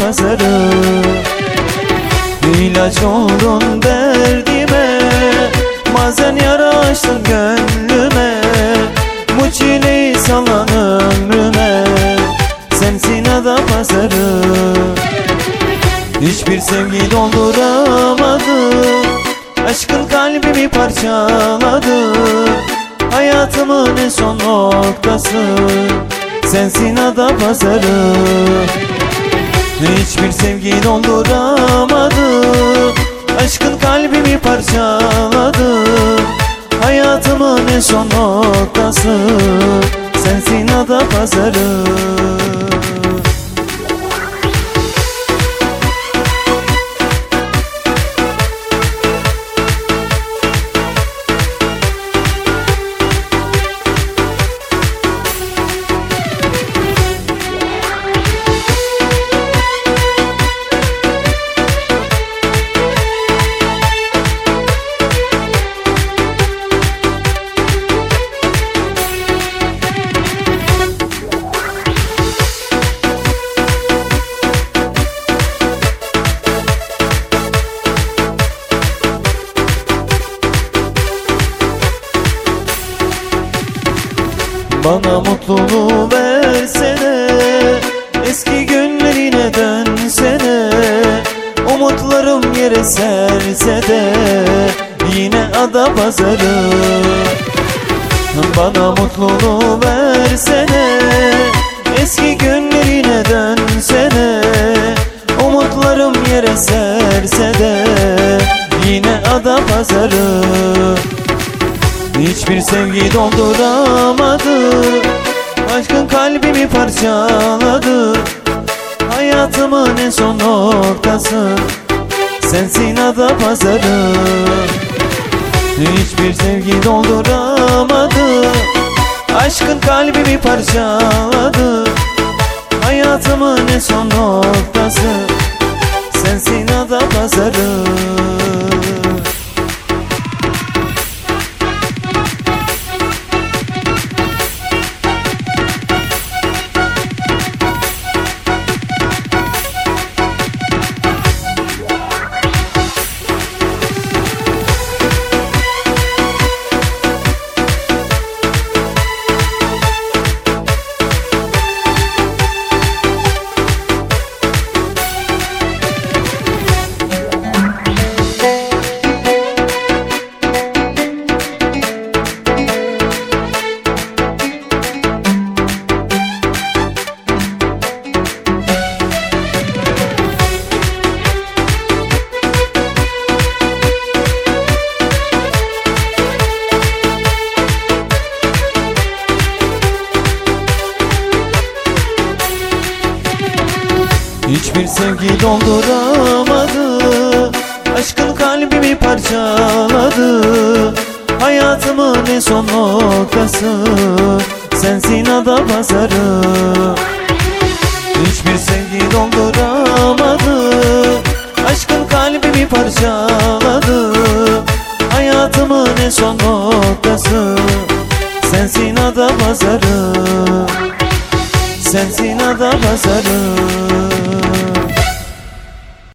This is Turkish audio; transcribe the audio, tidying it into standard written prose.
pazarı. İlaç oldun derdime, bazen yara açtın gönlüme. Bu çileyi salan ömrüme, sensin ada pazarı. Hiçbir sevgi dolduramadı, aşkın kalbimi parçaladı. Hayatımın en son noktası, sensin ada pazarı. Hiçbir sevgi dolduramadı, aşkın kalbimi parçaladı. Hayatımın en son noktası, sensin ada pazarı. Bana mutluluğu versene, eski günlerine dönsene. Umutlarım yere serse de yine ada pazarı. Bana mutluluğu versene, eski günlerine dönsene. Umutlarım yere serse de yine ada pazarı. Hiçbir sevgi dolduramadı, aşkın kalbimi parçaladı. Hayatımın en son noktası, sensin ada pazarı. Hiçbir sevgi dolduramadı, aşkın kalbimi parçaladı. Hayatımın en son noktası, sensin ada pazarı. Hiçbir sevgi dolduramadı, aşkın kalbimi parçaladı. Hayatımın en son noktası, sensin ada pazarı. Hiçbir sevgi dolduramadı, aşkın kalbimi parçaladı. Hayatımın en son noktası, sensin ada pazarı. Sensin ada pazarı.